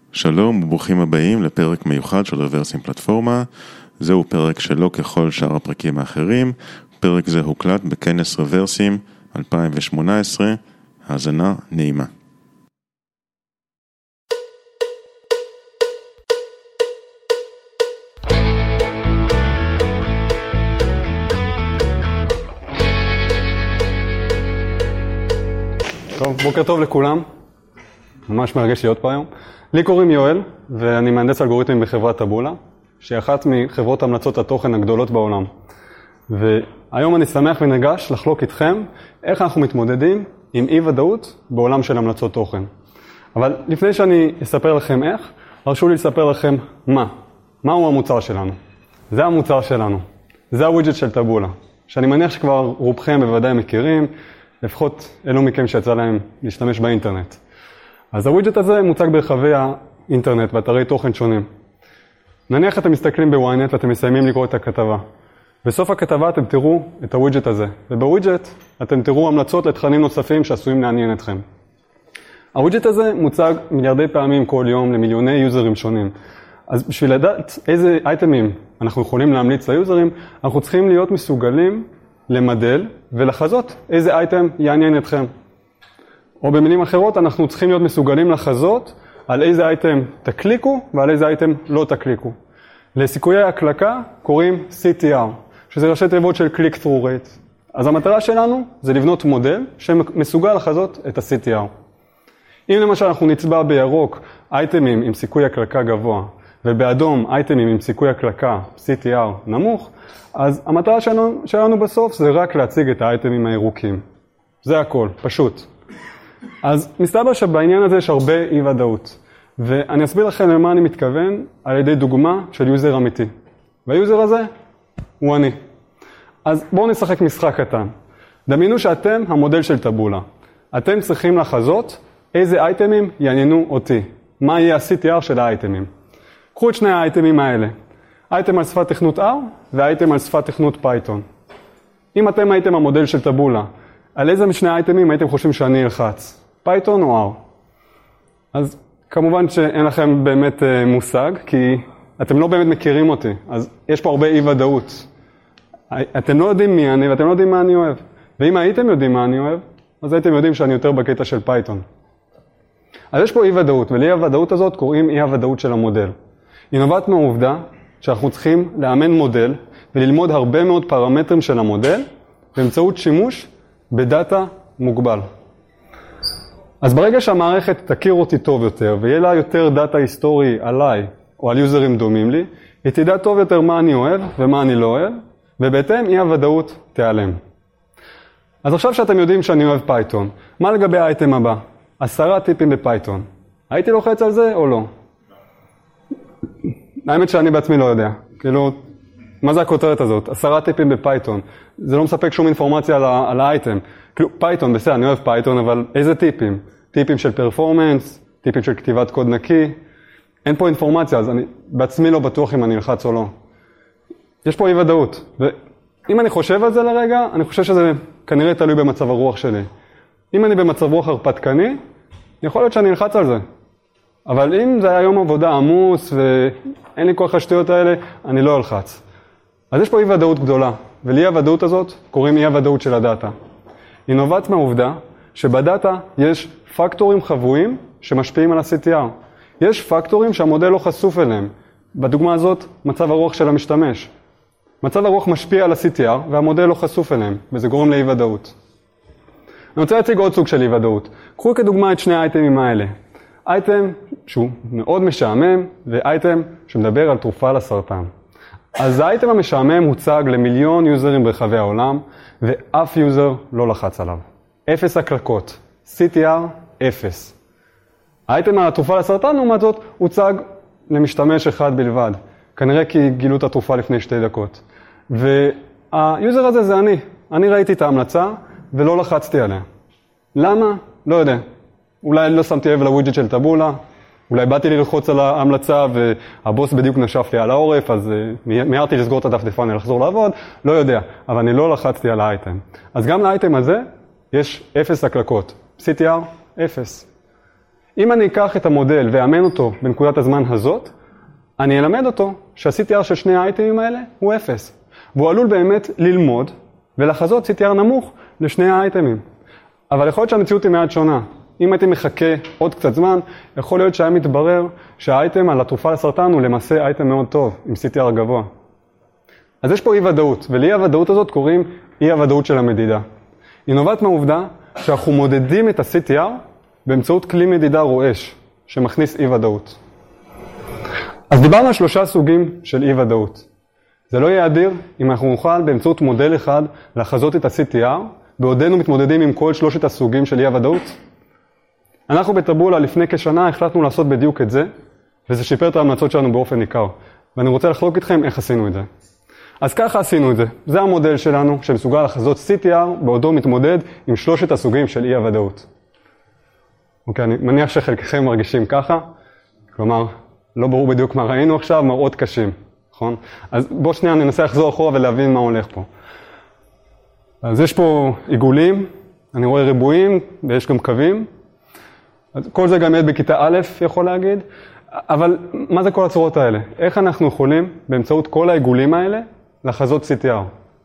שלום וברוכים הבאים לפרק מיוחד של רוורסים פלטפורמה. זהו פרק שלא ככל שאר הפרקים האחרים. פרק זה הוקלט בכנס רוורסים 2018. האזנה נעימה. טוב, בוקר טוב לכולם. ממש מרגש להיות פה היום. לי קוראים יואל, ואני מהנדס אלגוריתמים בחברת טבולה, שהיא אחת מחברות המלצות התוכן הגדולות בעולם. והיום אני שמח ונרגש לחלוק איתכם איך אנחנו מתמודדים עם אי-ודאות בעולם של המלצות תוכן. אבל לפני שאני אספר לכם איך, הרשו לי לספר לכם מהו המוצר שלנו. זה המוצר שלנו. זה הווידג'ט של טבולה, שאני מניח שכבר רובכם בוודאי מכירים, לפחות אלו מכם שיצא להם להשתמש באינטרנט. אז הווידג'ט הזה מוצג ברחבי האינטרנט, באתרי תוכן שונים. נניח אתם מסתכלים בוויינט ואתם מסיימים לקרוא את הכתבה. בסוף הכתבה אתם תראו את הווידג'ט הזה, ובווידג'ט אתם תראו המלצות לתכנים נוספים שעשויים לעניין אתכם. הווידג'ט הזה מוצג מיליארדי פעמים כל יום למיליוני יוזרים שונים. אז בשביל לדעת איזה אייטמים אנחנו יכולים להמליץ ליוזרים, אנחנו צריכים להיות מסוגלים למדל ולחזות איזה אייטם יעניין אתכם. או במילים אחרות, אנחנו צריכים להיות מסוגלים לחזות על איזה אייטם תקליקו ועל איזה אייטם לא תקליקו. לסיכויי הקלקה קוראים CTR, שזה ראשי תיבות של Click-Through Rate. אז המטרה שלנו זה לבנות מודל שמסוגל לחזות את ה-CTR. אם למשל אנחנו נצבע בירוק אייטמים עם סיכוי הקלקה גבוה, ובאדום אייטמים עם סיכוי הקלקה CTR נמוך, אז המטרה שלנו בסוף זה רק להציג את האייטמים הירוקים. זה הכל, פשוט. אז מסתבר שבעניין הזה יש הרבה אי-ודאות. ואני אסביר לכם למה אני מתכוון על ידי דוגמה של יוזר אמיתי. והיוזר הזה הוא אני. אז בואו נשחק משחק קטן. דמיינו שאתם המודל של טבולה. אתם צריכים לחזות איזה אייטמים יעניינו אותי. מה יהיה ה-CTR של האייטמים. קחו את שני האייטמים האלה. אייטם על שפת תכנות R ואייטם על שפת תכנות פייתון. אם אתם הייתם המודל של טבולה, על איזה משני האייטמים הייתם חושבים שאני אלחץ? פייתון או R? אז כמובן שאין לכם באמת מושג, כי אתם לא באמת מכירים אותי. אז יש פה הרבה אי-ודאות. אתם לא יודעים מי אני ואתם לא יודעים מה אני אוהב. ואם הייתם יודעים מה אני אוהב, אז הייתם יודעים שאני יותר בקטע של פייתון. אז יש פה אי-ודאות, ולאי-הוודאות הזאת קוראים אי-הוודאות של המודל. היא נובעת מהעובדה שאנחנו צריכים לאמן מודל וללמוד הרבה מאוד פרמטרים של המודל באמצעות שימוש בדאטה מוגבל. אז ברגע שהמערכת תכיר אותי טוב יותר ויהיה לה יותר דאטה היסטורי עליי או על יוזרים דומים לי, היא תדע טוב יותר מה אני אוהב ומה אני לא אוהב, ובהתאם אי הוודאות תיעלם. אז עכשיו שאתם יודעים שאני אוהב פייתון, מה לגבי האייטם הבא? 10 טיפים בפייתון. הייתי לוחץ על זה או לא? האמת שאני בעצמי לא יודע. כאילו, מה זה הכותרת הזאת? 10 טיפים בפייתון. זה לא מספק שום אינפורמציה על האייטם. כאילו, פייתון, בסדר, אני אוהב פייתון, אבל איזה טיפים? טיפים של פרפורמנס, טיפים של כתיבת קוד נקי. אין פה אינפורמציה, אז אני בעצמי לא בטוח אם אני אלחץ או לא. יש פה אי ודאות. ואם אני חושב על זה לרגע, אני חושב שזה כנראה תלוי במצב הרוח שלי. אם אני במצב רוח הרפתקני, יכול להיות שאני אלחץ על זה. אבל אם זה היה יום עבודה עמוס ואין לי כוח השטויות האלה, אני לא אלחץ. אז יש פה אי ודאות גדולה, ולאי הוודאות הזאת קוראים אי הוודאות של הדאטה. היא נובעת מהעובדה שבדאטה יש פקטורים חבויים שמשפיעים על ה-CTR. יש פקטורים שהמודל לא חשוף אליהם. בדוגמה הזאת, מצב הרוח של המשתמש. מצב הרוח משפיע על ה-CTR והמודל לא חשוף אליהם, וזה גורם לאי ודאות. אני רוצה להציג עוד סוג של אי ודאות. קחו כדוגמה את שני האייטמים האלה. אייטם שהוא מאוד משעמם, ואייטם שמדבר על תרופה לסרטן. אז האייטם המשעמם הוצג למיליון יוזרים ברחבי העולם, ואף יוזר לא לחץ עליו. 0 הקלקות. CTR 0. האייטם על התרופה לסרטן, לעומת זאת, הוצג למשתמש אחד בלבד. כנראה כי גילו את התרופה לפני 2 דקות. והיוזר הזה זה אני. אני ראיתי את ההמלצה ולא לחצתי עליה. למה? לא יודע. אולי לא שמתי לב לווידג'ט של טבולה, אולי באתי לי ללחוץ על ההמלצה והבוס בדיוק נשף לי על העורף, אז מיהרתי לסגור את הדפדפן ולחזור לעבוד, לא יודע, אבל אני לא לחצתי על האייטם. אז גם לאייטם הזה יש 0 הקלקות, CTR 0. אם אני אקח את המודל ואאמן אותו בנקודת הזמן הזאת, אני אלמד אותו שה-CTR של שני האייטמים האלה הוא 0. והוא עלול באמת ללמוד ולחזות CTR נמוך לשני האייטמים. אבל יכול להיות שהמציאות היא מעט שונה. אם הייתי מחכה עוד קצת זמן, יכול להיות שהיה מתברר שהאייטם על התרופה לסרטן הוא למעשה אייטם מאוד טוב, עם CTR גבוה. אז יש פה אי-ודאות, ולאי-הוודאות הזאת קוראים אי-הוודאות של המדידה. היא נובעת מהעובדה שאנחנו מודדים את ה-CTR באמצעות כלי מדידה רועש, שמכניס אי-ודאות. אז דיברנו על 3 סוגים של אי-ודאות. זה לא יהיה אדיר אם אנחנו נוכל באמצעות מודל אחד לחזות את ה-CTR, בעודנו מתמודדים עם כל 3 הסוגים של אי-הוודאות. אנחנו בטבולה לפני כשנה החלטנו לעשות בדיוק את זה, וזה שיפר את ההמלצות שלנו באופן ניכר. ואני רוצה לחלוק איתכם איך עשינו את זה. אז ככה עשינו את זה. זה המודל שלנו שמסוגל לחזות CTR, בעודו מתמודד עם 3 הסוגים של אי-הוודאות. אוקיי, אני מניח שחלקכם מרגישים ככה, כלומר, לא ברור בדיוק מה ראינו עכשיו, מראות קשים, נכון? אז בואו שנייה ננסה לחזור אחורה ולהבין מה הולך פה. אז יש פה עיגולים, אני רואה ריבועים ויש גם קווים. אז כל זה גם ילד בכיתה א' יכול להגיד, אבל מה זה כל הצורות האלה? איך אנחנו יכולים באמצעות כל העיגולים האלה לחזות CTR?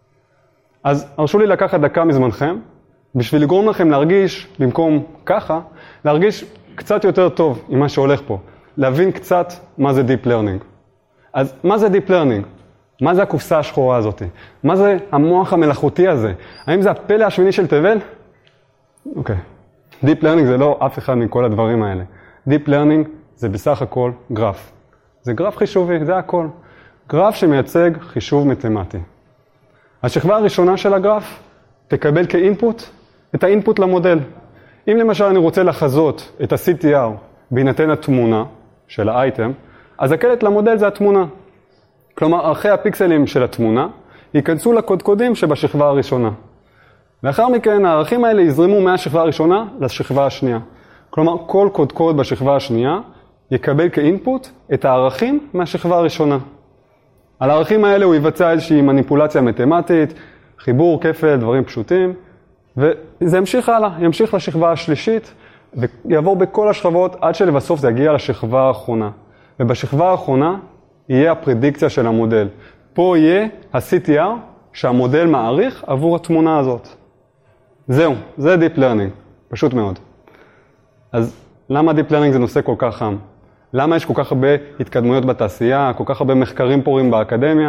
אז הרשו לי לקחת דקה מזמנכם, בשביל לגרום לכם להרגיש, במקום ככה, להרגיש קצת יותר טוב עם מה שהולך פה. להבין קצת מה זה Deep Learning. אז מה זה Deep Learning? מה זה הקופסה השחורה הזאת? מה זה המוח המלאכותי הזה? האם זה הפלא השמיני של תבל? אוקיי. Deep Learning זה לא אף אחד מכל הדברים האלה. Deep Learning זה בסך הכל גרף. זה גרף חישובי, זה הכל. גרף שמייצג חישוב מתמטי. השכבה הראשונה של הגרף תקבל כאינפוט את האינפוט למודל. אם למשל אני רוצה לחזות את ה-CTR בהינתן התמונה של האייטם, אז הקלט למודל זה התמונה. כלומר, ערכי הפיקסלים של התמונה ייכנסו לקודקודים שבשכבה הראשונה. לאחר מכן, הערכים האלה יזרמו מהשכבה הראשונה לשכבה השנייה. כלומר, כל קודקוד בשכבה השנייה יקבל כאינפוט את הערכים מהשכבה הראשונה. על הערכים האלה הוא יבצע איזושהי מניפולציה מתמטית, חיבור, כפל, דברים פשוטים, וזה ימשיך הלאה, ימשיך לשכבה השלישית, ויעבור בכל השכבות עד שלבסוף זה יגיע לשכבה האחרונה. ובשכבה האחרונה יהיה הפרדיקציה של המודל. פה יהיה ה-CTR שהמודל מעריך עבור התמונה הזאת. זהו, זה Deep Learning, פשוט מאוד. אז למה Deep Learning זה נושא כל כך חם? למה יש כל כך הרבה התקדמויות בתעשייה, כל כך הרבה מחקרים פורים באקדמיה?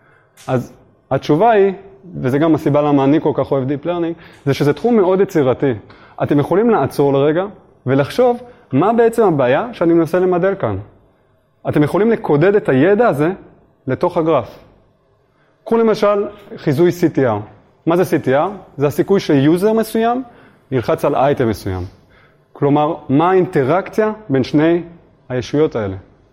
אז התשובה היא, וזה גם הסיבה למה אני כל כך אוהב Deep Learning, זה שזה תחום מאוד יצירתי. אתם יכולים לעצור לרגע ולחשוב מה בעצם הבעיה שאני מנסה למדל כאן. אתם יכולים לקודד את הידע הזה לתוך הגרף. קחו למשל חיזוי CTR. מה זה CTR? זה הסיכוי שיוזר מסוים ילחץ על אייטם מסוים. כלומר, מה האינטראקציה בין שני הישויות האלה.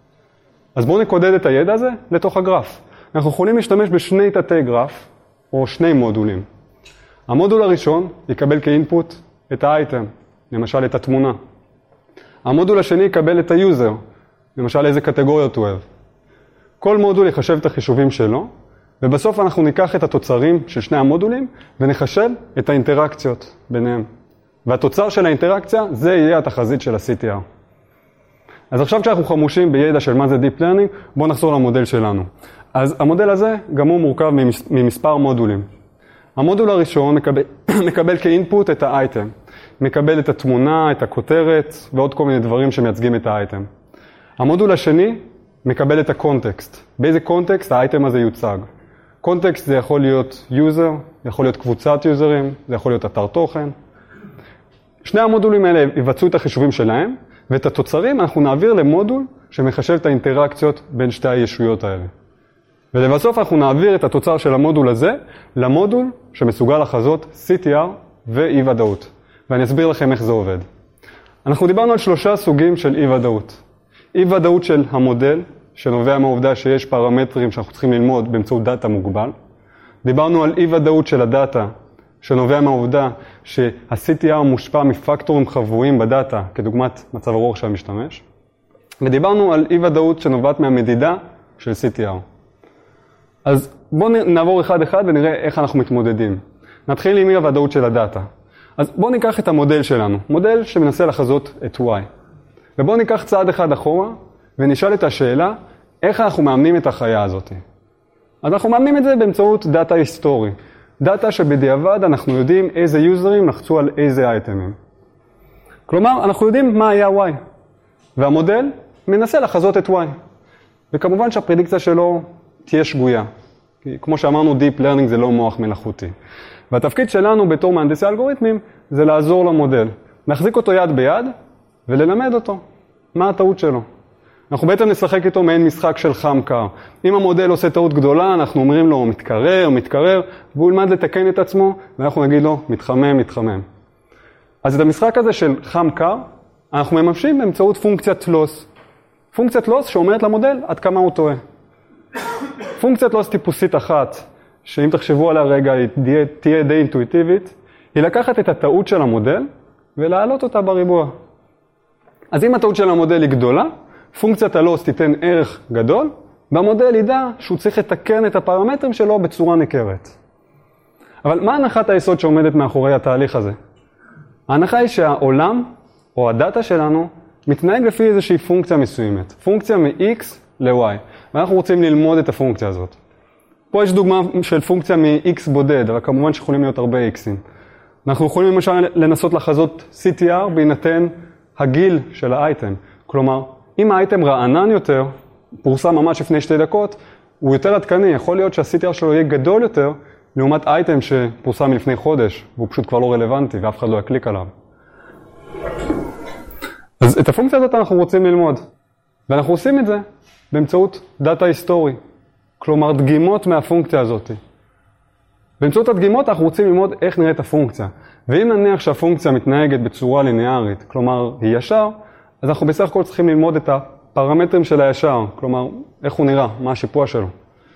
אז בואו נקודד את הידע הזה לתוך הגרף. אנחנו יכולים להשתמש בשני תתי גרף, או שני מודולים. המודול הראשון יקבל כאינפוט את האייטם, למשל את התמונה. המודול השני יקבל את היוזר, למשל איזה קטגוריות הוא אוהב. כל מודול יחשב את החישובים שלו, ובסוף אנחנו ניקח את התוצרים של שני המודולים, ונחשב את האינטראקציות ביניהם. והתוצר של האינטראקציה, זה יהיה התחזית של ה-CTR. אז עכשיו כשאנחנו חמושים בידע של מה זה Deep Learning, בואו נחזור למודל שלנו. אז המודל הזה גם הוא מורכב ממספר מודולים. המודול הראשון מקבל כאינפוט את האייטם. מקבל את התמונה, את הכותרת ועוד כל מיני דברים שמייצגים את האייטם. המודול השני מקבל את הקונטקסט. באיזה קונטקסט האייטם הזה יוצג? קונטקסט זה יכול להיות יוזר, יכול להיות קבוצת יוזרים, זה יכול להיות אתר תוכן. שני המודולים האלה יבצעו את החישובים שלהם, ואת התוצרים אנחנו נעביר למודול שמחשב את האינטראקציות בין שתי הישויות האלה. ולבסוף אנחנו נעביר את התוצר של המודול הזה למודול שמסוגל לחזות CTR ואי-ודאות. ואני אסביר לכם איך זה עובד. אנחנו דיברנו על 3 סוגים של אי-ודאות. אי-ודאות של המודל, שנובע מהעובדה שיש פרמטרים שאנחנו צריכים ללמוד באמצעות דאטה מוגבל. דיברנו על אי-ודאות של הדאטה, שנובע מהעובדה שה-CTR מושפע מפקטורים חבויים בדאטה, כדוגמת מצב הרוח של המשתמש. ודיברנו על אי-ודאות שנובעת מהמדידה של CTR. אז בואו נעבור אחד ונראה איך אנחנו מתמודדים. נתחיל עם אי-הוודאות של הדאטה. אז בואו ניקח את המודל שלנו, מודל שמנסה לחזות את Y. ובואו ניקח צעד אחד אחורה, ונשאל את השאלה, איך אנחנו מאמנים את החיה הזאת? אז אנחנו מאמנים את זה באמצעות דאטה היסטורי. דאטה שבדיעבד אנחנו יודעים איזה יוזרים לחצו על איזה אייטמים. כלומר, אנחנו יודעים מה היה Y, והמודל מנסה לחזות את Y. וכמובן שהפרדיקציה שלו תהיה שגויה. כי כמו שאמרנו, Deep Learning זה לא מוח מלאכותי. והתפקיד שלנו בתור מהנדסי אלגוריתמים זה לעזור למודל. להחזיק אותו יד ביד וללמד אותו. מה הטעות שלו? אנחנו בעצם נשחק איתו מעין משחק של חם קר. אם המודל עושה טעות גדולה, אנחנו אומרים לו מתקרר, והוא ילמד לתקן את עצמו, ואנחנו נגיד לו מתחמם. אז את המשחק הזה של חם קר, אנחנו מממשים באמצעות פונקציית loss. פונקציית loss שאומרת למודל עד כמה הוא טועה. פונקציית loss טיפוסית אחת, שאם תחשבו עליה רגע, היא תהיה די אינטואיטיבית, היא לקחת את הטעות של המודל ולהעלות אותה בריבוע. אז אם הטעות של המודל היא גדולה, פונקציית הלוס תיתן ערך גדול, והמודל ידע שהוא צריך לתקן את הפרמטרים שלו בצורה ניכרת. אבל מה הנחת היסוד שעומדת מאחורי התהליך הזה? ההנחה היא שהעולם, או הדאטה שלנו, מתנהג לפי איזושהי פונקציה מסוימת. פונקציה מ-X ל-Y. ואנחנו רוצים ללמוד את הפונקציה הזאת. פה יש דוגמה של פונקציה מ-X בודד, אבל כמובן שיכולים להיות הרבה X'ים. אנחנו יכולים למשל לנסות לחזות CTR בהינתן הגיל של האייטם. כלומר, אם האייטם רענן יותר, פורסם ממש לפני 2 דקות, הוא יותר עדכני. יכול להיות שה-CTR שלו יהיה גדול יותר, לעומת אייטם שפורסם לפני חודש, והוא פשוט כבר לא רלוונטי, ואף אחד לא יקליק עליו. אז את הפונקציה הזאת אנחנו רוצים ללמוד, ואנחנו עושים את זה באמצעות דאטה היסטורי, כלומר דגימות מהפונקציה הזאת. באמצעות הדגימות אנחנו רוצים ללמוד איך נראית הפונקציה, ואם נניח שהפונקציה מתנהגת בצורה ליניארית, כלומר היא ישר, אז אנחנו בסך הכל צריכים ללמוד את הפרמטרים של הישר, כלומר איך הוא נראה, מה השיפוע שלו.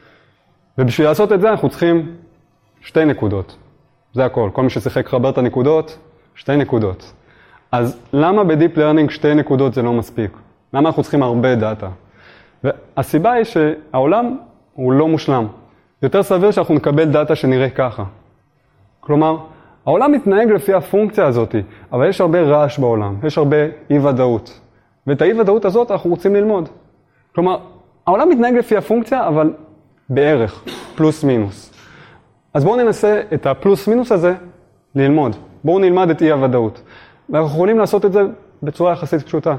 ובשביל לעשות את זה אנחנו צריכים 2 נקודות, זה הכל, כל מי ששיחק חבר את הנקודות, 2 נקודות. אז למה בדיפ לרנינג 2 נקודות זה לא מספיק? למה אנחנו צריכים הרבה דאטה? והסיבה היא שהעולם הוא לא מושלם. יותר סביר שאנחנו נקבל דאטה שנראה ככה. כלומר, העולם מתנהג לפי הפונקציה הזאת, אבל יש הרבה רעש בעולם, יש הרבה אי-ודאות. ואת האי-ודאות הזאת אנחנו רוצים ללמוד. כלומר, העולם מתנהג לפי הפונקציה, אבל בערך, פלוס מינוס. אז בואו ננסה את הפלוס מינוס הזה ללמוד. בואו נלמד את אי-הוודאות. ואנחנו יכולים לעשות את זה בצורה יחסית פשוטה.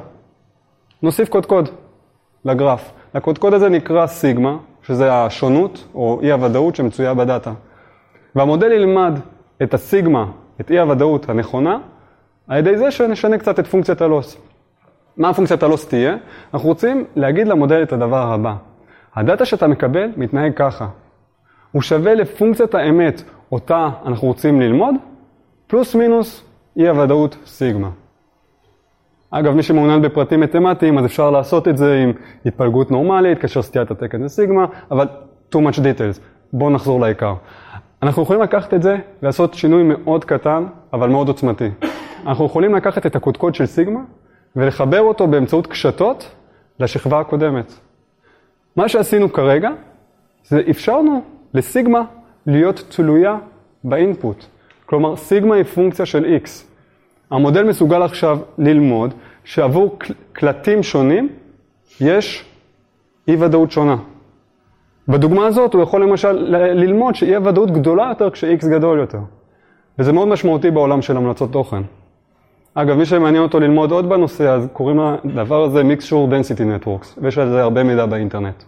נוסיף קודקוד לגרף. הקודקוד הזה נקרא סיגמה, שזה השונות או אי-הוודאות שמצויה בדאטה. והמודל ילמד את הסיגמה, את אי-הוודאות הנכונה, על ידי זה שנשנה קצת את פונקציית הלוס. מה פונקציית הלוס תהיה? אנחנו רוצים להגיד למודל את הדבר הבא. הדאטה שאתה מקבל מתנהג ככה. הוא שווה לפונקציית האמת, אותה אנחנו רוצים ללמוד, פלוס מינוס אי-הוודאות סיגמה. אגב, מי שמעוניין בפרטים מתמטיים, אז אפשר לעשות את זה עם התפלגות נורמלית, כאשר סטיית התקן זה סיגמה, אבל too much details. בואו נחזור לעיקר. אנחנו יכולים לקחת את זה ולעשות שינוי מאוד קטן, אבל מאוד עוצמתי. אנחנו יכולים לקחת את הקודקוד של סיגמה, ולחבר אותו באמצעות קשתות לשכבה הקודמת. מה שעשינו כרגע, זה אפשרנו לסיגמה להיות תלויה באינפוט. כלומר, סיגמה היא פונקציה של X. המודל מסוגל עכשיו ללמוד שעבור קלטים שונים יש אי-ודאות שונה. בדוגמה הזאת הוא יכול למשל ללמוד שאי-הוודאות גדולה יותר כש-X גדול יותר. וזה מאוד משמעותי בעולם של המלצות תוכן. אגב, מי שמעניין אותו ללמוד עוד בנושא, אז קוראים לדבר הזה Mixture Density Networks, ויש על זה הרבה מידע באינטרנט.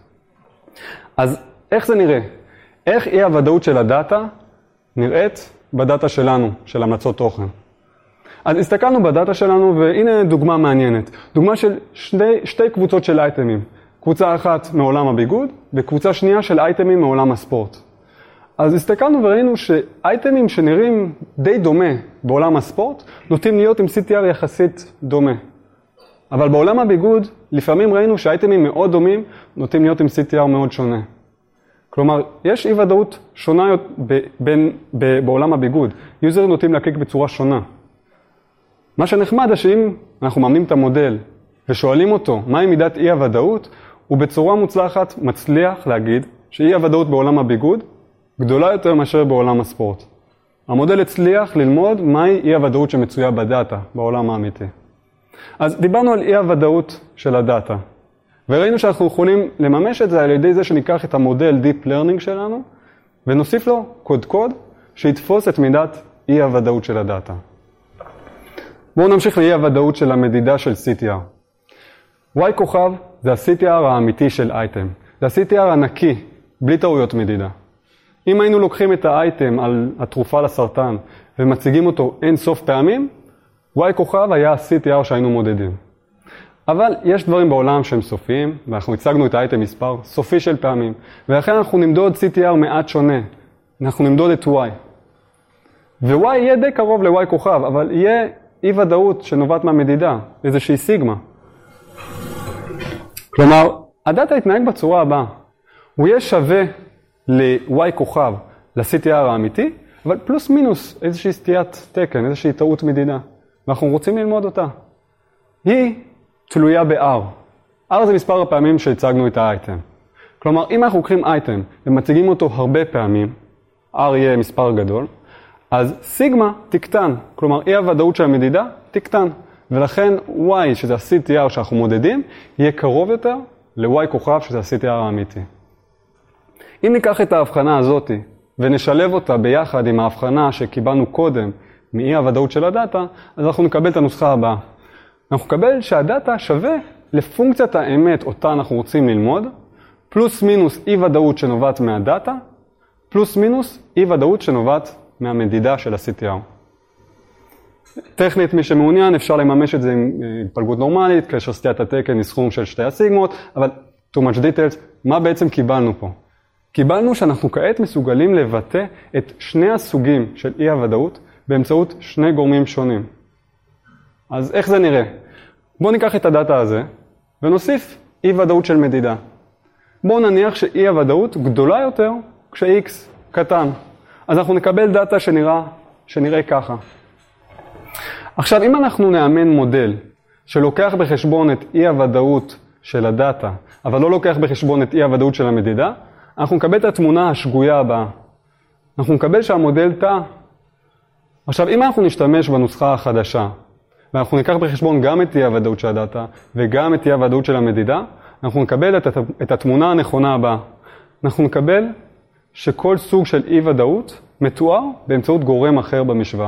אז איך זה נראה? איך אי-הוודאות של הדאטה נראית בדאטה שלנו, של המלצות תוכן? אז הסתכלנו בדאטה שלנו, והנה דוגמה מעניינת. דוגמה של שתי קבוצות של אייטמים. קבוצה אחת מעולם הביגוד, וקבוצה שנייה של אייטמים מעולם הספורט. אז הסתכלנו וראינו שאייטמים שנראים די דומה בעולם הספורט, נוטים להיות עם CTR יחסית דומה. אבל בעולם הביגוד, לפעמים ראינו שאייטמים מאוד דומים, נוטים להיות עם CTR מאוד שונה. כלומר, יש אי ודאות שונה בעולם הביגוד. יוזרים נוטים להקליק בצורה שונה. מה שנחמד זה שאם אנחנו מאמנים את המודל ושואלים אותו מהי מידת אי הוודאות, הוא בצורה מוצלחת מצליח להגיד שאי הוודאות בעולם הביגוד גדולה יותר מאשר בעולם הספורט. המודל הצליח ללמוד מהי אי הוודאות שמצויה בדאטה בעולם האמיתי. אז דיברנו על אי הוודאות של הדאטה, וראינו שאנחנו יכולים לממש את זה על ידי זה שניקח את המודל Deep Learning שלנו, ונוסיף לו קוד שיתפוס את מידת אי הוודאות של הדאטה. בואו נמשיך לאי הוודאות של המדידה של CTR. Y כוכב זה ה-CTR האמיתי של אייטם. זה ה-CTR הנקי, בלי טעויות מדידה. אם היינו לוקחים את האייטם על התרופה לסרטן ומציגים אותו אין סוף פעמים, Y כוכב היה ה-CTR שהיינו מודדים. אבל יש דברים בעולם שהם סופיים, ואנחנו הצגנו את האייטם מספר סופי של פעמים, ולכן אנחנו נמדוד CTR מעט שונה. אנחנו נמדוד את Y. ו-Y יהיה די קרוב ל-Y כוכב, אבל יהיה אי ודאות שנובעת מהמדידה, איזושהי סיגמה. כלומר, הדאטה יתנהג בצורה הבאה. הוא יהיה שווה ל-Y כוכב, ל-CTR האמיתי, אבל פלוס מינוס איזושהי סטיית תקן, איזושהי טעות מדידה. ואנחנו רוצים ללמוד אותה. היא תלויה ב-R. R זה מספר הפעמים שהצגנו את האייטם. כלומר, אם אנחנו לוקחים אייטם ומציגים אותו הרבה פעמים, R יהיה מספר גדול, אז סיגמה תקטן. כלומר, אי הוודאות של המדידה תקטן. ולכן Y, שזה ה-CTR שאנחנו מודדים, יהיה קרוב יותר ל-Y כוכב, שזה ה-CTR האמיתי. אם ניקח את ההבחנה הזאת ונשלב אותה ביחד עם ההבחנה שקיבלנו קודם מאי הוודאות של הדאטה, אז אנחנו נקבל את הנוסחה הבאה. אנחנו נקבל שהדאטה שווה לפונקציית האמת אותה אנחנו רוצים ללמוד, פלוס מינוס אי ודאות שנובעת מהדאטה, פלוס מינוס אי ודאות שנובעת מהמדידה של ה-CTR. טכנית, מי שמעוניין, אפשר לממש את זה עם התפלגות נורמלית, כאשר סטיית התקן היא סכום של שתי הסיגמות, אבל too much details, מה בעצם קיבלנו פה? קיבלנו שאנחנו כעת מסוגלים לבטא את שני הסוגים של אי הוודאות באמצעות שני גורמים שונים. אז איך זה נראה? בואו ניקח את הדאטה הזה ונוסיף אי ודאות של מדידה. בואו נניח שאי הוודאות גדולה יותר כש-X קטן. אז אנחנו נקבל דאטה שנראה ככה. עכשיו, אם אנחנו נאמן מודל שלוקח בחשבון את אי הוודאות של הדאטה, אבל לא לוקח בחשבון את אי הוודאות של המדידה, אנחנו נקבל את התמונה השגויה הבאה. אנחנו נקבל שהמודל טעה. עכשיו, אם אנחנו נשתמש בנוסחה החדשה, ואנחנו ניקח בחשבון גם את אי הוודאות של הדאטה, וגם את אי הוודאות של המדידה, אנחנו נקבל את התמונה הנכונה הבאה. אנחנו נקבל שכל סוג של אי ודאות מתואר באמצעות גורם אחר במשוואה.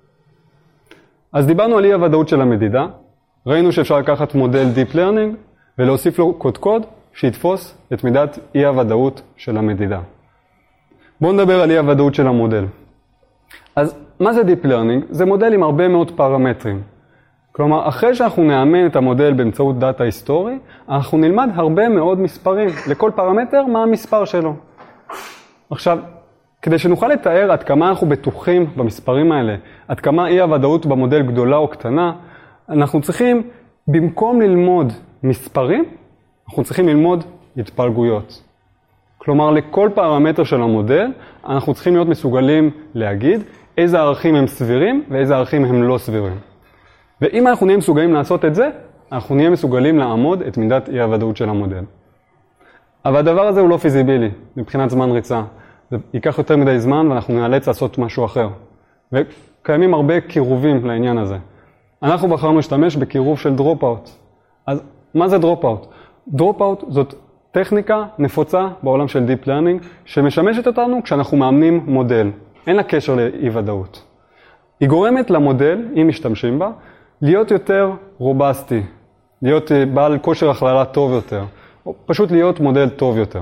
אז דיברנו על אי הוודאות של המדידה, ראינו שאפשר לקחת מודל Deep Learning ולהוסיף לו קוד שיתפוס את מידת אי הוודאות של המדידה. בואו נדבר על אי הוודאות של המודל. אז מה זה Deep Learning? זה מודל עם הרבה מאוד פרמטרים. כלומר, אחרי שאנחנו נאמן את המודל באמצעות דאטה היסטורי, אנחנו נלמד הרבה מאוד מספרים. לכל פרמטר מה המספר שלו. עכשיו, כדי שנוכל לתאר עד כמה אנחנו בטוחים במספרים האלה, עד כמה אי הוודאות במודל גדולה או קטנה, אנחנו צריכים, במקום ללמוד מספרים, אנחנו צריכים ללמוד התפלגויות. כלומר, לכל פרמטר של המודל, אנחנו צריכים להיות מסוגלים להגיד איזה ערכים הם סבירים ואיזה ערכים הם לא סבירים. ואם אנחנו נהיה מסוגלים לעשות את זה, אנחנו נהיה מסוגלים לעמוד את מידת אי הוודאות של המודל. אבל הדבר הזה הוא לא פיזיבילי, מבחינת זמן ריצה. זה ייקח יותר מדי זמן ואנחנו נאלץ לעשות משהו אחר. וקיימים הרבה קירובים לעניין הזה. אנחנו בחרנו להשתמש בקירוב של Dropout. אז מה זה Dropout? Dropout זאת טכניקה נפוצה בעולם של Deep Learning, שמשמשת אותנו כשאנחנו מאמנים מודל. אין לה קשר לאי ודאות. היא גורמת למודל, אם משתמשים בה, להיות יותר רובסטי, להיות בעל כושר הכללה טוב יותר, או פשוט להיות מודל טוב יותר.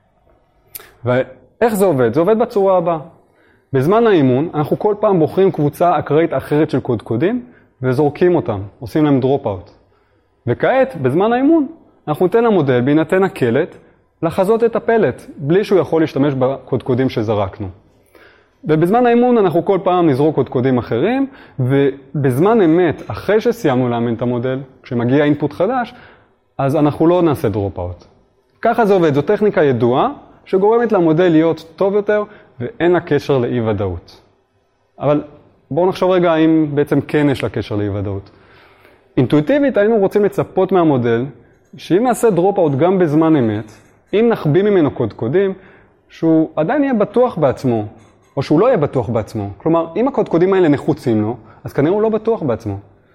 ואיך זה עובד? זה עובד בצורה הבאה. בזמן האימון, אנחנו כל פעם בוחרים קבוצה אקראית אחרת של קודקודים, וזורקים אותם, עושים להם Dropout. וכעת, בזמן האימון, אנחנו ניתן למודל, בהינתן הקלט, לחזות את הפלט, בלי שהוא יכול להשתמש בקודקודים שזרקנו. ובזמן האימון אנחנו כל פעם נזרוק קודקודים אחרים, ובזמן אמת, אחרי שסיימנו לאמן את המודל, כשמגיע אינפוט חדש, אז אנחנו לא נעשה Dropout. ככה זה עובד, זו טכניקה ידועה, שגורמת למודל להיות טוב יותר, ואין לה קשר לאי ודאות. אבל בואו נחשוב רגע האם בעצם כן יש לה קשר לאי ודאות. אינטואיטיבית היינו רוצים לצפות מהמודל, שאם נעשה Dropout גם בזמן אמת, אם נחביא ממנו קודקודים, שהוא עדיין יהיה בטוח בעצמו, או שהוא לא יהיה בטוח בעצמו. כלומר, אם הקודקודים האלה נחוצים לו, אז כנראה הוא לא בטוח בעצמו.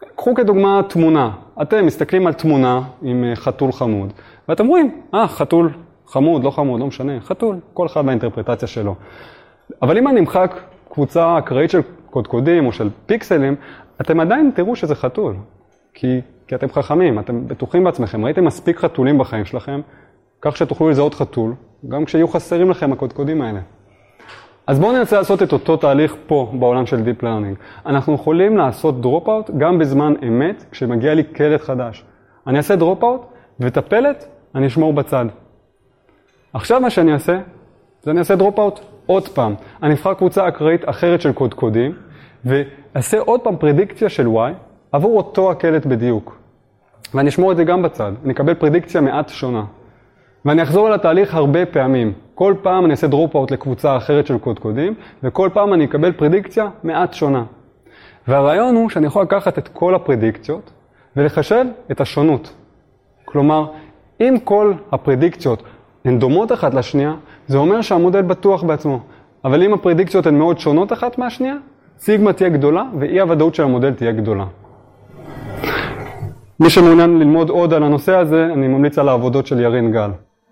קחו כדוגמה תמונה. אתם מסתכלים על תמונה עם חתול חמוד, ואתם רואים, חתול חמוד, לא חמוד, לא משנה, חתול, כל אחד באינטרפרטציה שלו. אבל אם אני אמחק קבוצה אקראית של קודקודים או של פיקסלים, אתם עדיין תראו שזה חתול. כי אתם חכמים, אתם בטוחים בעצמכם, ראיתם מספיק חתולים בחיים שלכם, כך שתוכלו לזהות חתול, גם כשיהיו חסרים לכם הקודקודים האלה. אז בואו ננסה לעשות את אותו תהליך פה בעולם של Deep Learning. אנחנו יכולים לעשות Dropout גם בזמן אמת כשמגיע לי קלט חדש. אני אעשה Dropout ואת הפלט אני אשמור בצד. עכשיו מה שאני אעשה, זה אני אעשה Dropout עוד פעם. אני אבחר קבוצה אקראית אחרת של קודקודים ואעשה עוד פעם פרדיקציה של Y עבור אותו הקלט בדיוק. ואני אשמור את זה גם בצד. אני אקבל פרדיקציה מעט שונה. ואני אחזור על התהליך הרבה פעמים. כל פעם אני אעשה דרופ-אוט לקבוצה אחרת של קודקודים, וכל פעם אני אקבל פרדיקציה מעט שונה. והרעיון הוא שאני יכול לקחת את כל הפרדיקציות ולחשב את השונות. כלומר, אם כל הפרדיקציות הן דומות אחת לשנייה, זה אומר שהמודל בטוח בעצמו. אבל אם הפרדיקציות הן מאוד שונות אחת מהשנייה, סיגמה תהיה גדולה ואי הוודאות של המודל תהיה גדולה. מי שמעוניין ללמוד עוד על הנושא הזה, אני ממליץ על העבודות של ירין גל.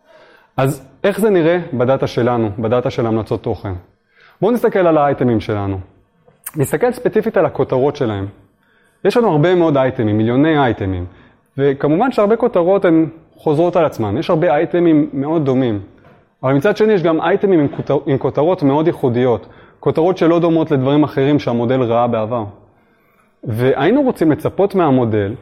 אז איך זה נראה בדאטה שלנו, בדאטה של המלצות תוכן? בואו נסתכל על האייטמים שלנו. נסתכל ספציפית על הכותרות שלהם. יש לנו הרבה מאוד אייטמים, מיליוני אייטמים. וכמובן שהרבה כותרות הן חוזרות על עצמן. יש הרבה אייטמים מאוד דומים. אבל מצד שני יש גם אייטמים עם כותרות מאוד ייחודיות. כותרות שלא דומות לדברים אחרים שהמודל ראה בעבר. והיינו רוצים לצפות מהמודל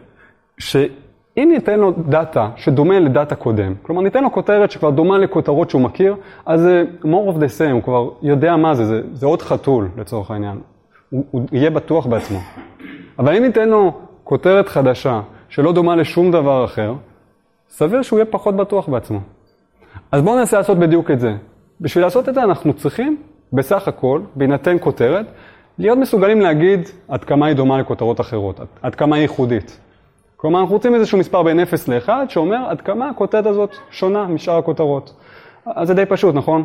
שאם ניתן לו דאטה שדומה לדאטה קודם, כלומר ניתן לו כותרת שכבר דומה לכותרות שהוא מכיר, אז זה more of the same, הוא כבר יודע מה זה, זה עוד חתול לצורך העניין, הוא יהיה בטוח בעצמו. אבל אם ניתן לו כותרת חדשה שלא דומה לשום דבר אחר, סביר שהוא יהיה פחות בטוח בעצמו. אז בואו ננסה לעשות בדיוק את זה. בשביל לעשות את זה אנחנו צריכים, בסך הכל, בהינתן כותרת, להיות מסוגלים להגיד עד כמה היא דומה לכותרות אחרות, עד כמה היא ייחודית. כלומר, אנחנו רוצים איזשהו מספר בין 0 ל-1 שאומר עד כמה הכותרת הזאת שונה משאר הכותרות. אז זה די פשוט, נכון?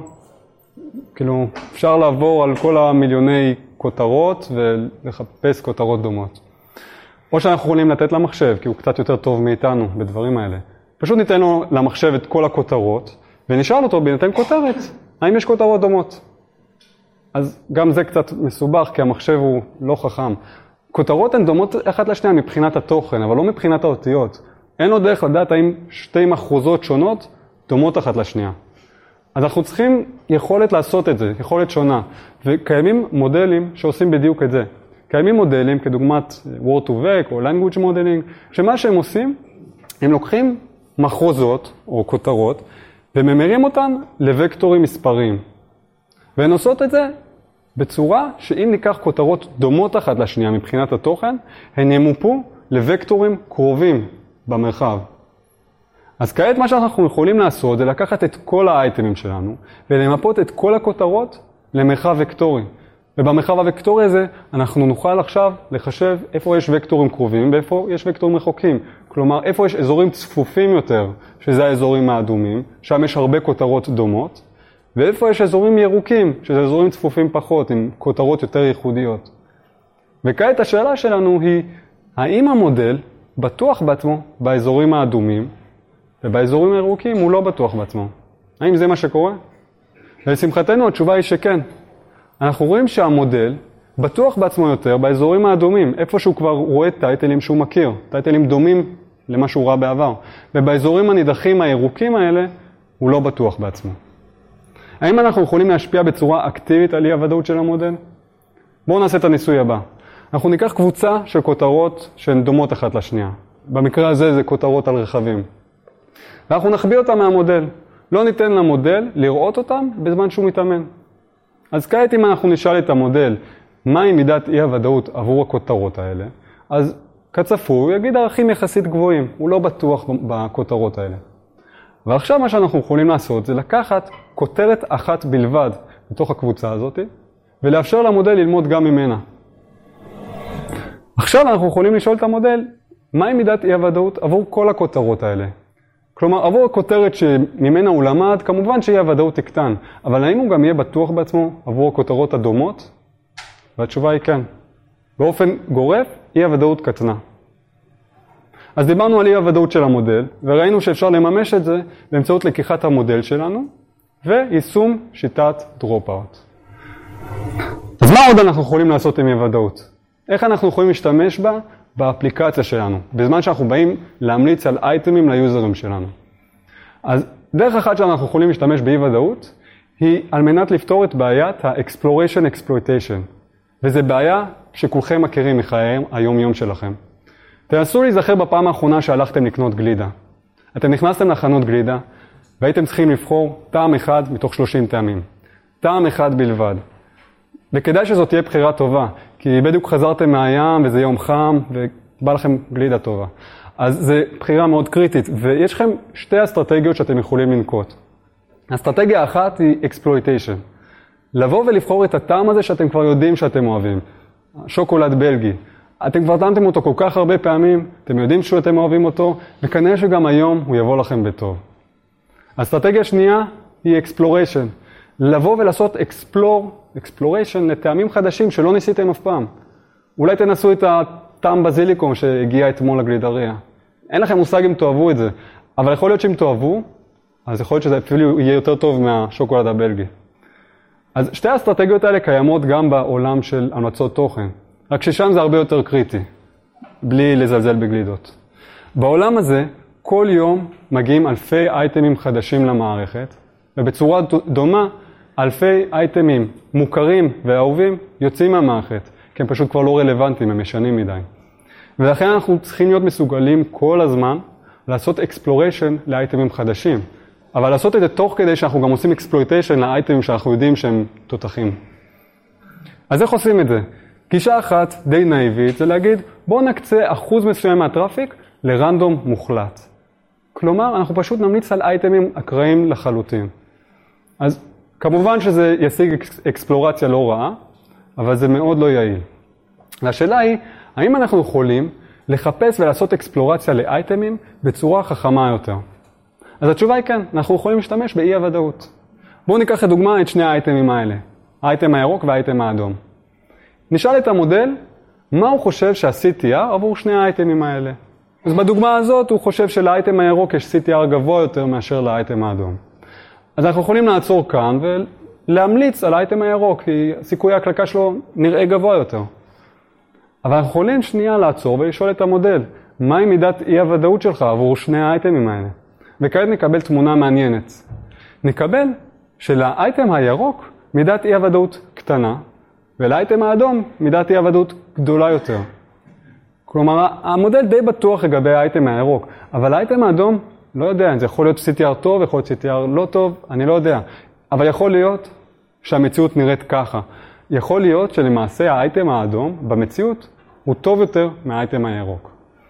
כאילו, אפשר לעבור על כל המיליוני כותרות ולחפש כותרות דומות. או שאנחנו יכולים לתת למחשב, כי הוא קצת יותר טוב מאיתנו בדברים האלה. פשוט ניתן לו למחשב את כל הכותרות, ונשאל אותו בהינתן כותרת, האם יש כותרות דומות? אז גם זה קצת מסובך, כי המחשב הוא לא חכם. כותרות הן דומות אחת לשנייה מבחינת התוכן, אבל לא מבחינת האותיות. אין עוד דרך לדעת האם שתי מחרוזות שונות דומות אחת לשנייה. אז אנחנו צריכים יכולת לעשות את זה, יכולת שונה. וקיימים מודלים שעושים בדיוק את זה. קיימים מודלים כדוגמת Word to Vec או Language Modeling, שמה שהם עושים, הם לוקחים מחרוזות או כותרות, וממרים אותן לוקטורים מספריים. והן עושות את זה בצורה שאם ניקח כותרות דומות אחת לשנייה מבחינת התוכן, הן ימופו לוקטורים קרובים במרחב. אז כעת מה שאנחנו יכולים לעשות זה לקחת את כל האייטמים שלנו ולמפות את כל הכותרות למרחב וקטורי. ובמרחב הוקטורי הזה אנחנו נוכל עכשיו לחשב איפה יש וקטורים קרובים ואיפה יש וקטורים רחוקים. כלומר, איפה יש אזורים צפופים יותר, שזה האזורים האדומים, שם יש הרבה כותרות דומות, ואיפה יש אזורים ירוקים, שזה אזורים צפופים פחות, עם כותרות יותר ייחודיות. וכעת השאלה שלנו היא, האם המודל בטוח בעצמו באזורים האדומים, ובאזורים הירוקים הוא לא בטוח בעצמו? האם זה מה שקורה? ולשמחתנו התשובה היא שכן. אנחנו רואים שהמודל בטוח בעצמו יותר באזורים האדומים, איפה שהוא כבר רואה טייטלים שהוא מכיר, טייטלים דומים למה שהוא ראה בעבר. ובאזורים הנידחים הירוקים האלה, הוא לא בטוח בעצמו. האם אנחנו יכולים להשפיע בצורה אקטיבית על אי הוודאות של המודל? בואו נעשה את הניסוי הבא. אנחנו ניקח קבוצה של כותרות שהן דומות אחת לשנייה. במקרה הזה זה כותרות על רכבים. ואנחנו נחביא אותם מהמודל. לא ניתן למודל לראות אותם בזמן שהוא מתאמן. אז כעת אם אנחנו נשאל את המודל מהי מידת אי הוודאות עבור הכותרות האלה, אז כצפוי הוא יגיד ערכים יחסית גבוהים. הוא לא בטוח בכותרות האלה. ועכשיו מה שאנחנו יכולים לעשות זה לקחת כותרת אחת בלבד בתוך הקבוצה הזאת, ולאפשר למודל ללמוד גם ממנה. עכשיו אנחנו יכולים לשאול את המודל, מהי מידת אי הוודאות עבור כל הכותרות האלה? כלומר, עבור הכותרת שממנה הוא למד, כמובן שאי הוודאות תקטן, אבל האם הוא גם יהיה בטוח בעצמו עבור הכותרות הדומות? והתשובה היא כן. באופן גורף, אי הוודאות קטנה. אז דיברנו על אי הוודאות של המודל, וראינו שאפשר לממש את זה באמצעות לקיחת המודל שלנו, ויישום שיטת Dropout. אז מה עוד אנחנו יכולים לעשות עם אי הוודאות? איך אנחנו יכולים להשתמש בה באפליקציה שלנו, בזמן שאנחנו באים להמליץ על אייטמים ליוזרים שלנו? אז דרך אחת שאנחנו יכולים להשתמש באי ודאות, היא על מנת לפתור את בעיית ה-Exploration Exploitation. וזו בעיה שכולכם מכירים מחיי היום-יום שלכם. תנסו להיזכר בפעם האחרונה שהלכתם לקנות גלידה. אתם נכנסתם לחנות גלידה, והייתם צריכים לבחור טעם אחד מתוך 30 טעמים. טעם אחד בלבד. וכדאי שזאת תהיה בחירה טובה, כי בדיוק חזרתם מהים וזה יום חם, ובא לכם גלידה טובה. אז זו בחירה מאוד קריטית, ויש לכם שתי אסטרטגיות שאתם יכולים לנקוט. האסטרטגיה האחת היא Exploitation. לבוא ולבחור את הטעם הזה שאתם כבר יודעים שאתם אוהבים. שוקולד בלגי. אתם כבר טעמתם אותו כל כך הרבה פעמים, אתם יודעים שאתם אוהבים אותו, וכנראה שגם היום הוא יבוא לכם בטוב. האסטרטגיה השנייה היא Exploration. לבוא ולעשות Exploration לטעמים חדשים שלא ניסיתם אף פעם. אולי תנסו את הטעם בזיליקום שהגיע אתמול לגלידריה. אין לכם מושג אם תאהבו את זה, אבל יכול להיות שאם תאהבו, אז יכול להיות שזה אפילו יהיה יותר טוב מהשוקולד הבלגי. אז שתי האסטרטגיות האלה קיימות גם בעולם של המלצות תוכן, רק ששם זה הרבה יותר קריטי, בלי לזלזל בגלידות. בעולם הזה, כל יום מגיעים אלפי אייטמים חדשים למערכת, ובצורה דומה, אלפי אייטמים מוכרים ואהובים יוצאים מהמערכת, כי הם פשוט כבר לא רלוונטיים, הם משנים מדי. ולכן אנחנו צריכים להיות מסוגלים כל הזמן לעשות Exploration לאייטמים חדשים. אבל לעשות את זה תוך כדי שאנחנו גם עושים Exploitation לאייטמים שאנחנו יודעים שהם תותחים. אז איך עושים את זה? גישה אחת די נאיבית זה להגיד, בואו נקצה אחוז מסוים מהטראפיק לרנדום מוחלט. כלומר, אנחנו פשוט נמליץ על אייטמים אקראיים לחלוטין. אז כמובן שזה ישיג אקספלורציה לא רעה, אבל זה מאוד לא יעיל. והשאלה היא, האם אנחנו יכולים לחפש ולעשות אקספלורציה לאייטמים בצורה חכמה יותר? אז התשובה היא כן, אנחנו יכולים להשתמש באי הוודאות. בואו ניקח לדוגמה את שני האייטמים האלה, האייטם הירוק והאייטם האדום. נשאל את המודל, מה הוא חושב שה-CTR עבור שני האייטמים האלה? אז בדוגמה הזאת הוא חושב שלאייטם הירוק יש CTR גבוה יותר מאשר לאייטם האדום. אז אנחנו יכולים לעצור כאן ולהמליץ על האייטם הירוק, כי סיכוי ההקלקה שלו נראה גבוה יותר. אבל אנחנו יכולים שנייה לעצור ולשאול את המודל, מהי מידת אי הוודאות שלך עבור שני האייטמים האלה? וכעת נקבל תמונה מעניינת. נקבל שלאייטם הירוק מידת אי הוודאות קטנה, ולאייטם האדום מידת אי הוודאות גדולה יותר. כלומר, המודל די בטוח לגבי האייטם הירוק, אבל האייטם האדום לא יודע, זה יכול להיות CTR טוב, יכול להיות CTR לא טוב, אני לא יודע. אבל יכול להיות שהמציאות נראית ככה. יכול להיות שלמעשה האייטם האדום במציאות הוא טוב יותר מהאייטם הירוק.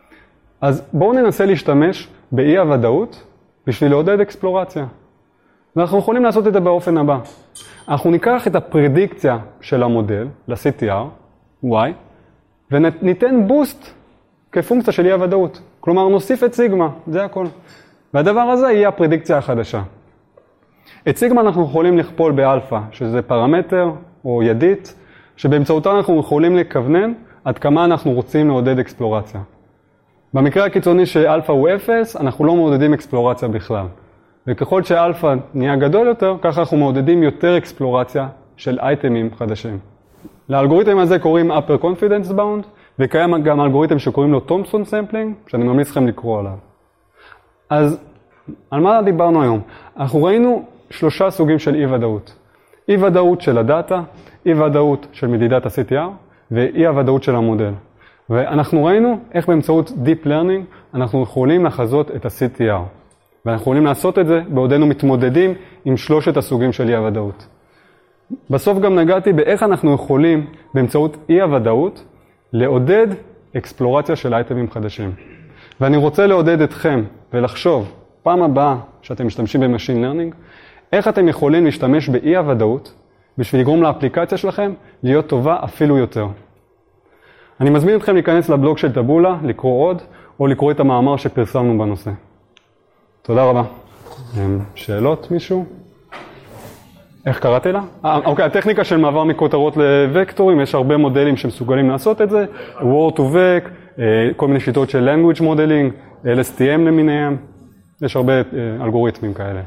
אז בואו ננסה להשתמש באי הוודאות בשביל לעודד אקספלורציה. ואנחנו יכולים לעשות את זה באופן הבא. אנחנו ניקח את הפרדיקציה של המודל ל-CTR, Y, וניתן בוסט כפונקציה של אי הוודאות. כלומר, נוסיף את סיגמה, זה הכל. והדבר הזה יהיה הפרדיקציה החדשה. את סיגמה אנחנו יכולים לכפול באלפא, שזה פרמטר או ידית, שבאמצעותה אנחנו יכולים לכוונן עד כמה אנחנו רוצים לעודד אקספלורציה. במקרה הקיצוני שאלפא הוא 0, אנחנו לא מעודדים אקספלורציה בכלל. וככל שאלפא נהיה גדול יותר, ככה אנחנו מעודדים יותר אקספלורציה של אייטמים חדשים. לאלגוריתם הזה קוראים Upper Confidence Bound, וקיים גם אלגוריתם שקוראים לו Thompson Sampling, שאני ממליץ לכם לקרוא עליו. אז על מה דיברנו היום? אנחנו ראינו 3 סוגים של אי ודאות. אי ודאות של הדאטה, אי ודאות של מדידת ה-CTR, ואי הוודאות של המודל. ואנחנו ראינו איך באמצעות Deep Learning אנחנו יכולים לחזות את ה-CTR. ואנחנו יכולים לעשות את זה בעודנו מתמודדים עם 3 הסוגים של אי הוודאות. בסוף גם נגעתי באיך אנחנו יכולים באמצעות אי הוודאות לעודד אקספלורציה של אייטמים חדשים. ואני רוצה לעודד אתכם ולחשוב פעם הבאה שאתם משתמשים ב-Machine Learning, איך אתם יכולים להשתמש באי הוודאות בשביל לגרום לאפליקציה שלכם להיות טובה אפילו יותר. אני מזמין אתכם להיכנס לבלוג של טבולה, לקרוא עוד, או לקרוא את המאמר שפרסמנו בנושא. תודה רבה. שאלות מישהו? איך קראתי לה? אוקיי, הטכניקה של מעבר מכותרות לוקטורים, יש הרבה מודלים שמסוגלים לעשות את זה, Word to Vec, כל מיני שיטות של Language Modeling, LSTM למיניהם, יש הרבה אלגוריתמים כאלה.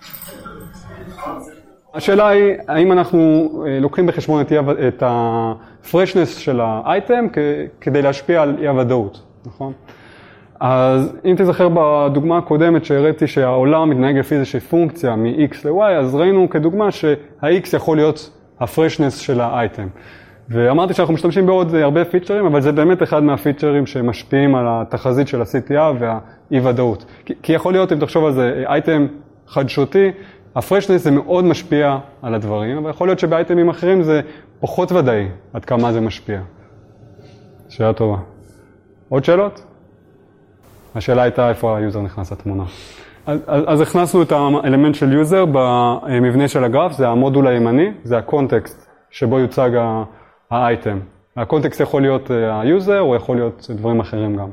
השאלה היא, האם אנחנו לוקחים בחשבון את ה-freshness של האייטם כדי להשפיע על אי-הוודאות, נכון? אז אם תזכר בדוגמה הקודמת שהראיתי שהעולם מתנהג לפי איזושהי פונקציה מ-x ל-y, אז ראינו כדוגמה שה-x יכול להיות ה-freshness של האייטם. ואמרתי שאנחנו משתמשים בעוד הרבה פיצ'רים, אבל זה באמת אחד מהפיצ'רים שמשפיעים על התחזית של ה-CTR והאי-ודאות. כי יכול להיות, אם תחשוב על זה, אייטם חדשותי, ה-freshness זה מאוד משפיע על הדברים, אבל יכול להיות שבאייטמים אחרים זה פחות ודאי עד כמה זה משפיע. שאלה טובה. עוד שאלות? השאלה הייתה איפה היוזר נכנס לתמונה. אז הכנסנו את האלמנט של יוזר במבנה של הגרף, זה המודול הימני, זה הקונטקסט שבו יוצג האייטם. הקונטקסט יכול להיות היוזר או יכול להיות דברים אחרים גם.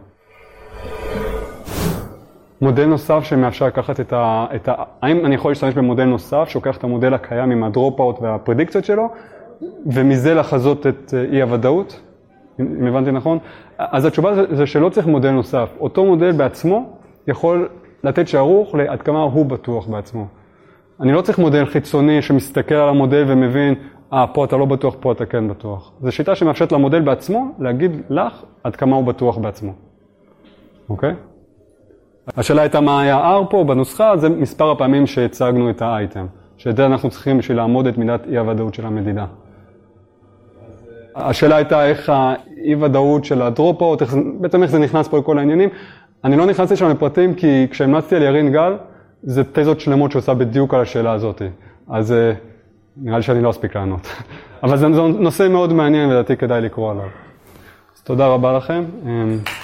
מודל נוסף שמאפשר לקחת האם אני יכול להשתמש במודל נוסף שלוקח את המודל הקיים עם הדרופ-אוט והפרדיקציות שלו, ומזה לחזות את אי-הוודאות? אם הבנתי נכון? אז התשובה זה שלא צריך מודל נוסף. אותו מודל בעצמו יכול לתת שערוך לעד כמה הוא בטוח בעצמו. אני לא צריך מודל חיצוני שמסתכל על המודל ומבין, פה אתה לא בטוח, פה אתה כן בטוח. זו שיטה שמאפשרת למודל בעצמו להגיד לך עד כמה הוא בטוח בעצמו. אוקיי? השאלה הייתה מה היה R פה בנוסחה, זה מספר הפעמים שהצגנו את האייטם. שאת זה אנחנו צריכים בשביל לעמוד את מידת אי-הוודאות של המדידה. השאלה הייתה איך האי-ודאות של הדרופ-אוט, בעצם איך זה נכנס פה לכל העניינים. אני לא נכנסתי שם לפרטים כי כשהמלצתי על ירין גל, זה תזות שלמות שעושה בדיוק על השאלה הזאת. אז נראה לי שאני לא אספיק לענות. אבל זה נושא מאוד מעניין ולדעתי כדאי לקרוא עליו. אז תודה רבה לכם.